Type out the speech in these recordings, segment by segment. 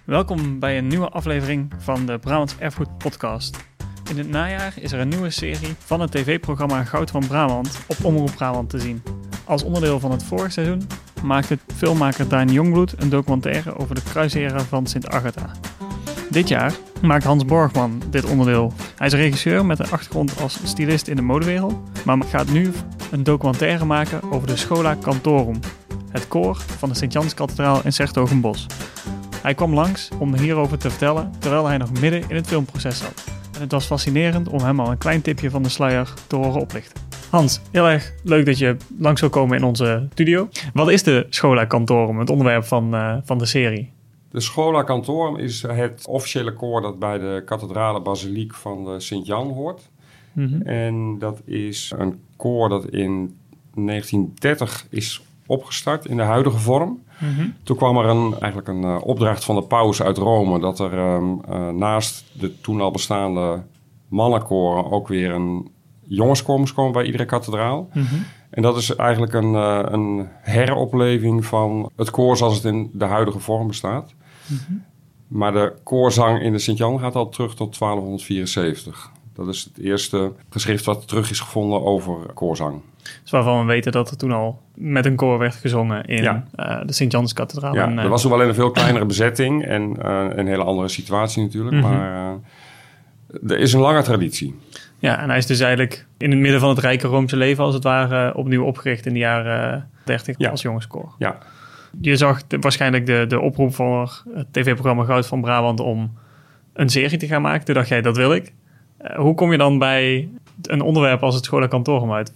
Welkom bij een nieuwe aflevering van de Brabants Erfgoed Podcast. In het najaar is er een nieuwe serie van het tv-programma Goud van Brabant op Omroep Brabant te zien. Als onderdeel van het vorige seizoen maakte filmmaker Daan Jongbloed een documentaire over de kruisheren van Sint Agatha. Dit jaar maakt Hans Borgman dit onderdeel. Hij is regisseur met een achtergrond als stylist in de modewereld, maar gaat nu een documentaire maken over de Schola Cantorum, het koor van de Sint-Janskathedraal in 's-Hertogenbosch. Hij kwam langs om hierover te vertellen terwijl hij nog midden in het filmproces zat. En het was fascinerend om hem al een klein tipje van de sluier te horen oplichten. Hans, heel erg leuk dat je langs wil komen in onze studio. Wat is de Schola Cantorum, het onderwerp van de serie? De Schola Cantorum is het officiële koor dat bij de kathedrale basiliek van de Sint-Jan hoort. Mm-hmm. En dat is een koor dat in 1930 is opgestart in de huidige vorm. Mm-hmm. Toen kwam er eigenlijk een opdracht van de paus uit Rome dat er naast de toen al bestaande mannenkoren ook weer een jongenskoor moest komen bij iedere kathedraal. Mm-hmm. En dat is eigenlijk een heropleving van het koor zoals het in de huidige vorm bestaat. Mm-hmm. Maar de koorzang in de Sint-Jan gaat al terug tot 1274. Dat is het eerste geschrift wat terug is gevonden over koorzang. Dus waarvan we weten dat er toen al met een koor werd gezongen in de Sint-Janskathedraal. Ja, dat was toen wel in een veel kleinere bezetting en een hele andere situatie natuurlijk. Mm-hmm. Maar er is een lange traditie. Ja, en hij is dus eigenlijk in het midden van het rijke Roomse leven als het ware opnieuw opgericht in de jaren 30 als jongenskoor. Ja. Je zag waarschijnlijk de oproep voor het tv-programma Goud van Brabant om een serie te gaan maken. Toen dacht jij, dat wil ik. Hoe kom je dan bij een onderwerp als het Schola Cantorum uit?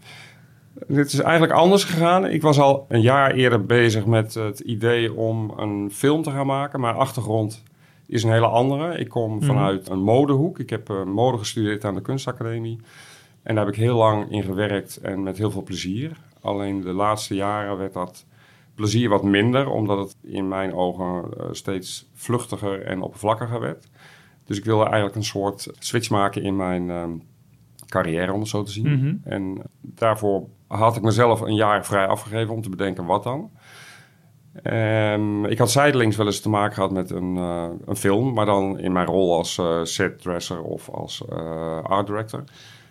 Dit is eigenlijk anders gegaan. Ik was al een jaar eerder bezig met het idee om een film te gaan maken. Mijn achtergrond is een hele andere. Ik kom vanuit een modehoek. Ik heb mode gestudeerd aan de Kunstacademie. En daar heb ik heel lang in gewerkt en met heel veel plezier. Alleen de laatste jaren werd dat plezier wat minder, omdat het in mijn ogen steeds vluchtiger en oppervlakkiger werd. Dus ik wilde eigenlijk een soort switch maken in mijn carrière, om het zo te zien. Mm-hmm. En daarvoor had ik mezelf een jaar vrij afgegeven om te bedenken wat dan. Ik had zijdelings wel eens te maken gehad met een film, maar dan in mijn rol als setdresser of als art director.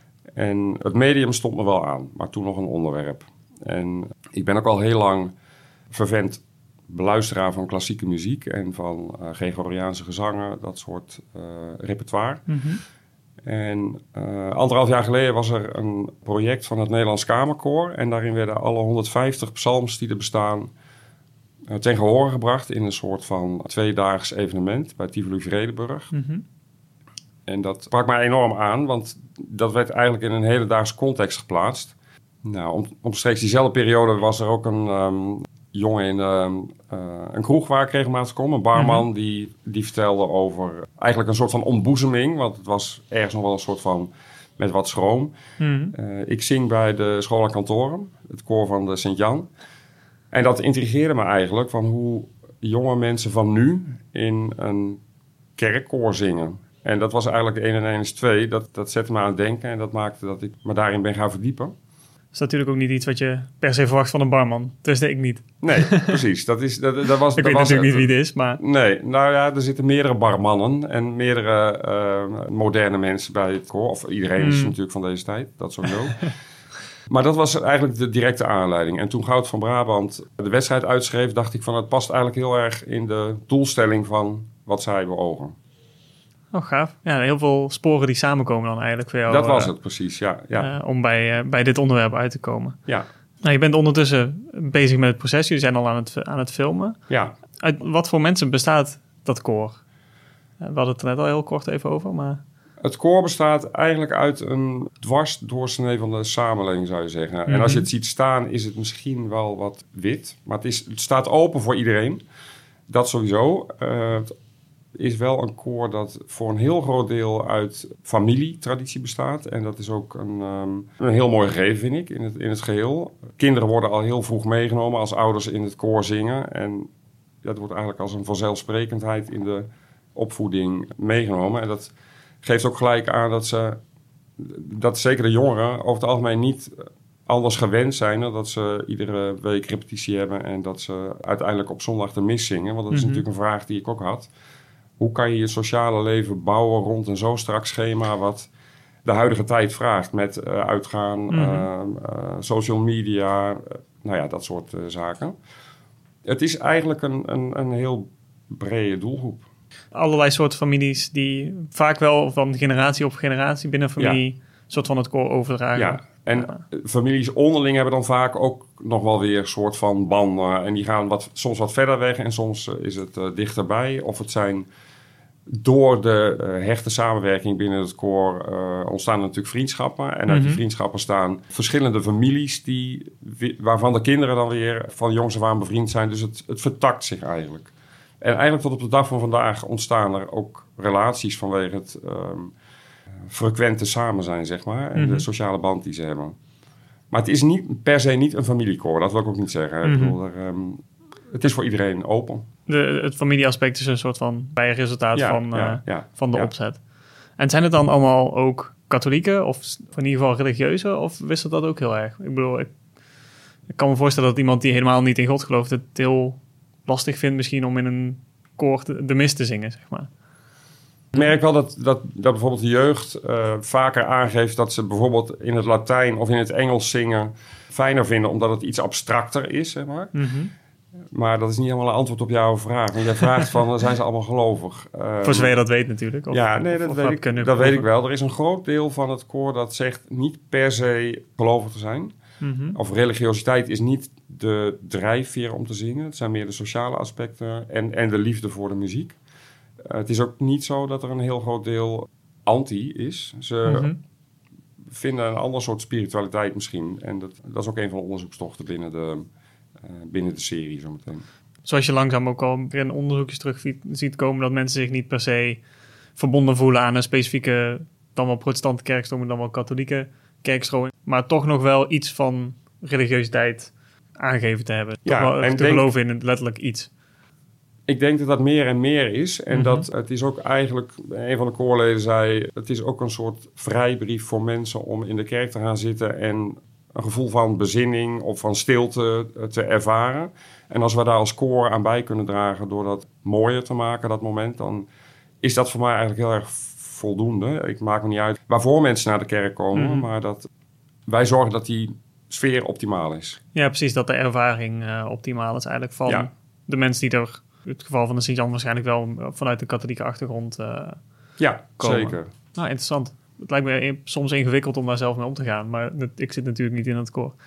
En het medium stond me wel aan, maar toen nog een onderwerp. En ik ben ook al heel lang vervent beluisteraar van klassieke muziek en van Gregoriaanse gezangen, dat soort repertoire. Mm-hmm. En 1,5 jaar geleden was er een project van het Nederlands Kamerkoor en daarin werden alle 150 psalms die er bestaan ten gehore gebracht in een soort van 2-daags evenement bij Tivoli Vredenburg. Mm-hmm. En dat sprak mij enorm aan, want dat werd eigenlijk in een hedendaagse context geplaatst. Nou, omstreeks diezelfde periode was er ook een jongen in een kroeg waar ik regelmatig kom. Een barman mm-hmm. die vertelde over eigenlijk een soort van ontboezeming. Want het was ergens nog wel een soort van met wat schroom. Mm-hmm. Ik zing bij de Schola Cantorum, het koor van de Sint-Jan. En dat intrigeerde me eigenlijk van hoe jonge mensen van nu in een kerkkoor zingen. En dat was eigenlijk 1 en 1 is 2. Dat zette me aan het denken en dat maakte dat ik me daarin ben gaan verdiepen. Dat is natuurlijk ook niet iets wat je per se verwacht van een barman. Dus ik niet. Nee, precies. Dat was, ik weet natuurlijk niet wie het is, maar... Nee, nou ja, er zitten meerdere barmannen en meerdere moderne mensen bij het koor. Of iedereen is natuurlijk van deze tijd, dat sowieso. Maar dat was eigenlijk de directe aanleiding. En toen Goud van Brabant de wedstrijd uitschreef, dacht ik van het past eigenlijk heel erg in de doelstelling van wat zij beogen. Oh, gaaf. Ja, heel veel sporen die samenkomen dan eigenlijk voor jou. Dat was het precies, ja. Om bij dit onderwerp uit te komen. Ja. Nou, je bent ondertussen bezig met het proces. Jullie zijn al aan het filmen. Ja. Uit wat voor mensen bestaat dat koor? We hadden het er net al heel kort even over, maar... Het koor bestaat eigenlijk uit een dwarsdoorsnee van de samenleving, zou je zeggen. Mm-hmm. En als je het ziet staan, is het misschien wel wat wit. Maar het staat open voor iedereen. Dat sowieso. Het is wel een koor dat voor een heel groot deel uit familietraditie bestaat. En dat is ook een heel mooi gegeven, vind ik, in het geheel. Kinderen worden al heel vroeg meegenomen als ouders in het koor zingen. En dat wordt eigenlijk als een vanzelfsprekendheid in de opvoeding meegenomen. En dat geeft ook gelijk aan dat zeker de jongeren over het algemeen niet anders gewend zijn. Dat ze iedere week repetitie hebben en dat ze uiteindelijk op zondag de mis zingen. Want dat is natuurlijk een vraag die ik ook had. Hoe kan je je sociale leven bouwen rond een zo strak schema wat de huidige tijd vraagt met uitgaan, social media, dat soort zaken. Het is eigenlijk een heel brede doelgroep. Allerlei soorten families die vaak wel van generatie op generatie binnen familie soort van het koor overdragen. Ja, en families onderling hebben dan vaak ook nog wel weer een soort van banden. En die gaan soms wat verder weg en soms is het dichterbij. Of het zijn door de hechte samenwerking binnen het koor ontstaan er natuurlijk vriendschappen. En uit die vriendschappen staan verschillende families waarvan de kinderen dan weer van jongs af aan bevriend zijn. Dus het vertakt zich eigenlijk. En eigenlijk tot op de dag van vandaag ontstaan er ook relaties vanwege het frequente samen zijn, zeg maar. En de sociale band die ze hebben. Maar het is niet per se niet een familiekoor, dat wil ik ook niet zeggen. Ik bedoel, het is voor iedereen open. Het familieaspect is een soort van bijresultaat van de opzet. En zijn het dan allemaal ook katholieken of in ieder geval religieuze? Of wisselt dat ook heel erg? Ik bedoel, ik kan me voorstellen dat iemand die helemaal niet in God gelooft het heel lastig vindt misschien om in een koor de mis te zingen, zeg maar. Ik merk wel dat bijvoorbeeld de jeugd vaker aangeeft dat ze bijvoorbeeld in het Latijn of in het Engels zingen fijner vinden, omdat het iets abstracter is, zeg maar. Maar dat is niet helemaal een antwoord op jouw vraag. Want jij vraagt van, zijn ze allemaal gelovig? Voor zover je dat weet natuurlijk. Dat weet ik wel. Er is een groot deel van het koor dat zegt niet per se gelovig te zijn. Of religiositeit is niet de drijfveer om te zingen. Het zijn meer de sociale aspecten en de liefde voor de muziek. Het is ook niet zo dat er een heel groot deel anti is. Ze vinden een ander soort spiritualiteit misschien. En dat is ook een van de onderzoekstochten binnen de serie zometeen. Zoals je langzaam ook al in onderzoekjes terug ziet komen dat mensen zich niet per se verbonden voelen aan een specifieke, dan wel protestante kerkstroom, dan wel katholieke kerkstroom, maar toch nog wel iets van religiositeit aangegeven te hebben. En geloven in letterlijk iets. Ik denk dat dat meer en meer is. En dat het is ook eigenlijk, een van de koorleden zei, het is ook een soort vrijbrief voor mensen om in de kerk te gaan zitten en een gevoel van bezinning of van stilte te ervaren. En als we daar als koor aan bij kunnen dragen door dat mooier te maken, dat moment, dan is dat voor mij eigenlijk heel erg voldoende. Ik maak me niet uit waarvoor mensen naar de kerk komen, maar dat wij zorgen dat die sfeer optimaal is. Ja, precies, dat de ervaring optimaal is eigenlijk van de mensen die er, in het geval van de Sint-Jan waarschijnlijk wel vanuit de katholieke achtergrond komen. Zeker. Nou, interessant. Het lijkt me soms ingewikkeld om daar zelf mee om te gaan, maar ik zit natuurlijk niet in het koor.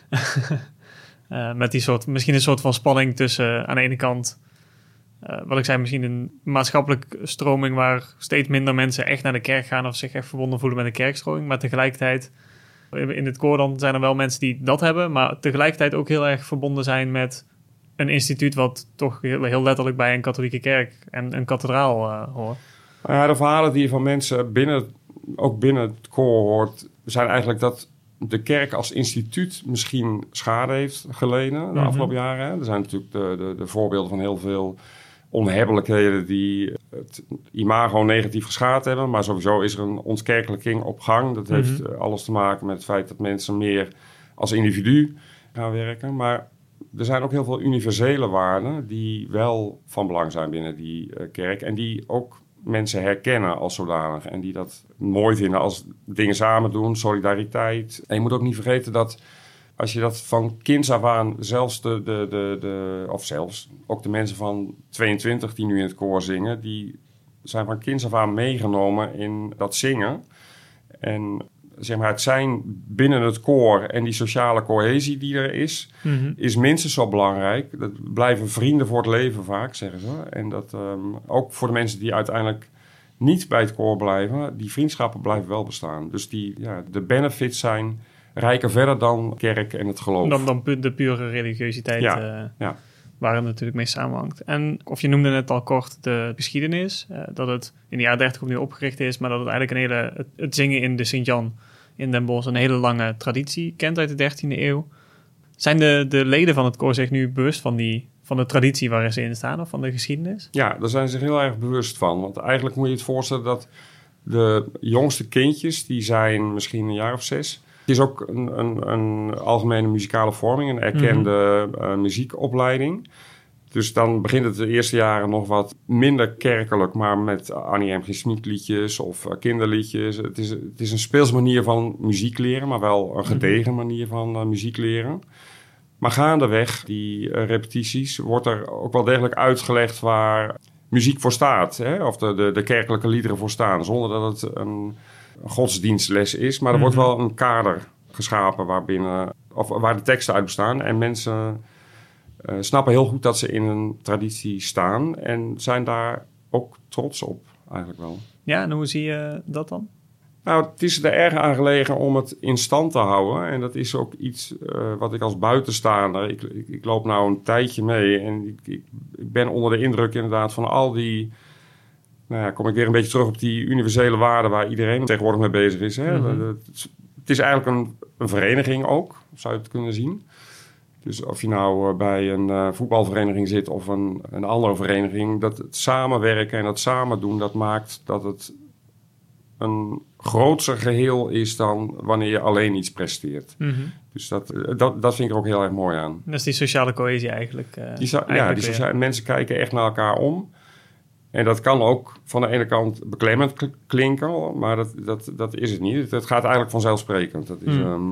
Met misschien een soort van spanning tussen aan de ene kant, wat ik zei, misschien een maatschappelijke stroming waar steeds minder mensen echt naar de kerk gaan of zich echt verbonden voelen met de kerkstroming, maar tegelijkertijd in het koor dan zijn er wel mensen die dat hebben, maar tegelijkertijd ook heel erg verbonden zijn met een instituut wat toch heel letterlijk bij een katholieke kerk en een kathedraal hoort. Ja, de verhalen die je van mensen ook binnen het koor hoort, zijn eigenlijk dat de kerk als instituut misschien schade heeft geleden de afgelopen jaren. Hè. Er zijn natuurlijk de voorbeelden van heel veel onhebbelijkheden die het imago negatief geschaad hebben. Maar sowieso is er een ontkerkelijking op gang. Dat heeft alles te maken met het feit dat mensen meer als individu gaan werken. Maar er zijn ook heel veel universele waarden die wel van belang zijn binnen die kerk. En die ook mensen herkennen als zodanig. En die dat mooi vinden als dingen samen doen, solidariteit. En je moet ook niet vergeten dat als je dat van kinds af aan, zelfs ook de mensen van 22 die nu in het koor zingen, die zijn van kinds af aan meegenomen in dat zingen. En zeg maar, het zijn binnen het koor en die sociale cohesie die er is minstens zo belangrijk. Dat blijven vrienden voor het leven vaak, zeggen ze. En dat ook voor de mensen die uiteindelijk niet bij het koor blijven, die vriendschappen blijven wel bestaan. Dus de benefits zijn rijker verder dan kerk en het geloof. Dan de pure religiositeit waar het natuurlijk mee samenhangt. En of je noemde net al kort de geschiedenis, dat het in de jaren 30 opnieuw opgericht is, maar dat het eigenlijk het zingen in de Sint-Jan in Den Bosch een hele lange traditie kent uit de 13e eeuw. Zijn de leden van het koor zich nu bewust van de traditie waarin ze in staan of van de geschiedenis? Ja, daar zijn ze zich heel erg bewust van. Want eigenlijk moet je het voorstellen dat de jongste kindjes, die zijn misschien een jaar of 6. Het is ook een algemene muzikale vorming, een erkende muziekopleiding. Dus dan begint het de eerste jaren nog wat minder kerkelijk, maar met Annie M. G. Schmid liedjes of kinderliedjes. Het is een speelse manier van muziek leren, maar wel een gedegen manier van muziek leren. Maar gaandeweg, die repetities, wordt er ook wel degelijk uitgelegd waar muziek voor staat. Hè? Of de kerkelijke liederen voor staan, zonder dat het een godsdienstles is. Maar er wordt wel een kader geschapen waar de teksten uit bestaan. En mensen snappen heel goed dat ze in een traditie staan en zijn daar ook trots op, eigenlijk wel. Ja, en hoe zie je dat dan? Nou, het is er erg aan gelegen om het in stand te houden. En dat is ook iets wat ik als buitenstaander... Ik loop nou een tijdje mee en ik ben onder de indruk inderdaad van al die... Nou ja, kom ik weer een beetje terug op die universele waarden waar iedereen tegenwoordig mee bezig is. Hè? Het is eigenlijk een vereniging ook, zou je het kunnen zien. Dus of je nou bij een voetbalvereniging zit of een andere vereniging... dat het samenwerken en dat samen doen, dat maakt dat het een grootser geheel is dan wanneer je alleen iets presteert. Dus dat vind ik er ook heel erg mooi aan. Dat is die sociale cohesie eigenlijk. Mensen kijken echt naar elkaar om. En dat kan ook van de ene kant beklemmend klinken, maar dat is het niet. Het gaat eigenlijk vanzelfsprekend. Dat is een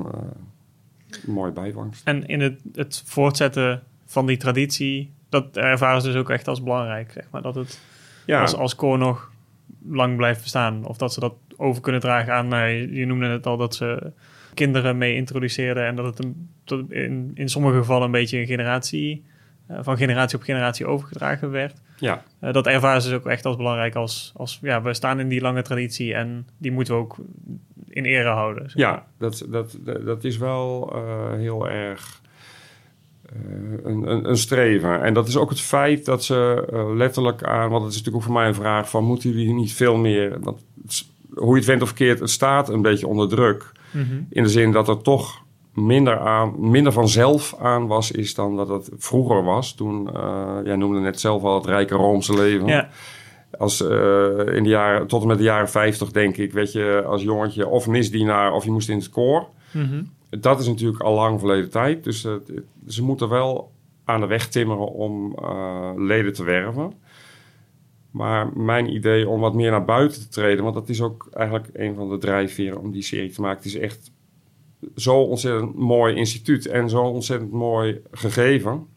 mooie bijvangst. En in het voortzetten van die traditie, dat ervaren ze dus ook echt als belangrijk, zeg maar. Dat het als koor nog lang blijft bestaan. Of dat ze dat over kunnen dragen aan, je noemde het al, dat ze kinderen mee introduceerden en dat het in sommige gevallen een beetje een generatie, van generatie op generatie overgedragen werd. Ja. Dat ervaren ze dus ook echt als belangrijk als we staan in die lange traditie en die moeten we ook in ere houden. Zeg maar. Ja, dat is wel heel erg een streven. En dat is ook het feit dat ze letterlijk aan... Want het is natuurlijk ook voor mij een vraag van... moeten jullie niet veel meer... Want hoe je het went of keert, het staat een beetje onder druk. In de zin dat er toch minder vanzelf aan is dan dat het vroeger was. Toen, jij noemde net zelf al het rijke Roomse leven. Ja. Als in de jaren, tot en met de jaren 50 denk ik, weet je, als jongetje of misdienaar of je moest in het koor. Dat is natuurlijk al lang verleden tijd. Dus ze moeten wel aan de weg timmeren om leden te werven. Maar mijn idee om wat meer naar buiten te treden, want dat is ook eigenlijk een van de drijfveren om die serie te maken. Het is echt zo ontzettend mooi instituut en zo ontzettend mooi gegeven.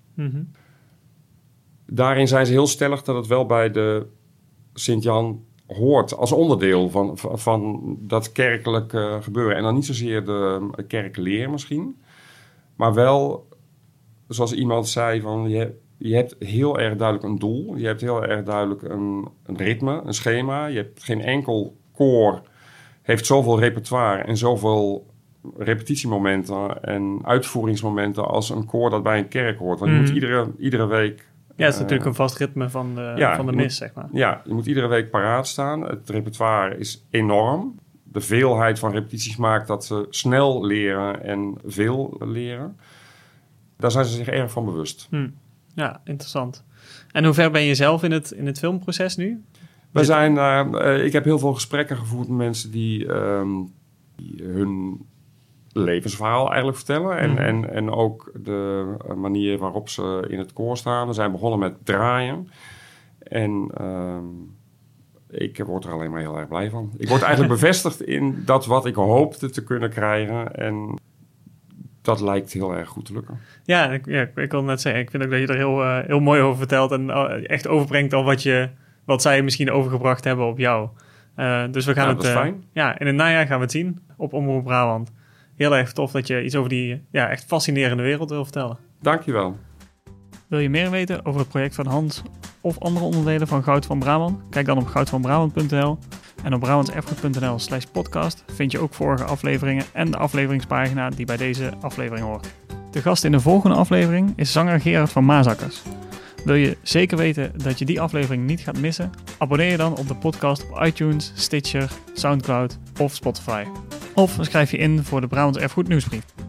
Daarin zijn ze heel stellig dat het wel bij de Sint-Jan hoort als onderdeel van dat kerkelijke gebeuren. En dan niet zozeer de kerkleer misschien, maar wel, zoals iemand zei, van je hebt heel erg duidelijk een doel. Je hebt heel erg duidelijk een ritme, een schema. Je hebt geen enkel koor heeft zoveel repertoire en zoveel repetitiemomenten en uitvoeringsmomenten als een koor dat bij een kerk hoort. Want je moet iedere week... Ja, het is natuurlijk een vast ritme van de mis, zeg maar. Ja, je moet iedere week paraat staan. Het repertoire is enorm. De veelheid van repetities maakt dat ze snel leren en veel leren. Daar zijn ze zich erg van bewust. Ja, interessant. En hoe ver ben je zelf in het filmproces nu? Ik heb heel veel gesprekken gevoerd met mensen die hun levensverhaal eigenlijk vertellen. En ook de manier waarop ze in het koor staan. We zijn begonnen met draaien. En ik word er alleen maar heel erg blij van. Ik word eigenlijk bevestigd in dat wat ik hoopte te kunnen krijgen. En dat lijkt heel erg goed te lukken. Ja, ik wil net zeggen, ik vind ook dat je er heel mooi over vertelt en echt overbrengt al wat zij misschien overgebracht hebben op jou. Dus we gaan dat is fijn. Ja, in het najaar gaan we het zien op Omroep Brabant. Heel erg tof dat je iets over die echt fascinerende wereld wil vertellen. Dankjewel. Wil je meer weten over het project van Hans of andere onderdelen van Goud van Brabant? Kijk dan op goudvanbrabant.nl en op brabantserfgoed.nl/podcast vind je ook vorige afleveringen en de afleveringspagina die bij deze aflevering hoort. De gast in de volgende aflevering is zanger Gerard van Maasakkers. Wil je zeker weten dat je die aflevering niet gaat missen? Abonneer je dan op de podcast op iTunes, Stitcher, Soundcloud of Spotify. Of schrijf je in voor de Brabants Erfgoed nieuwsbrief.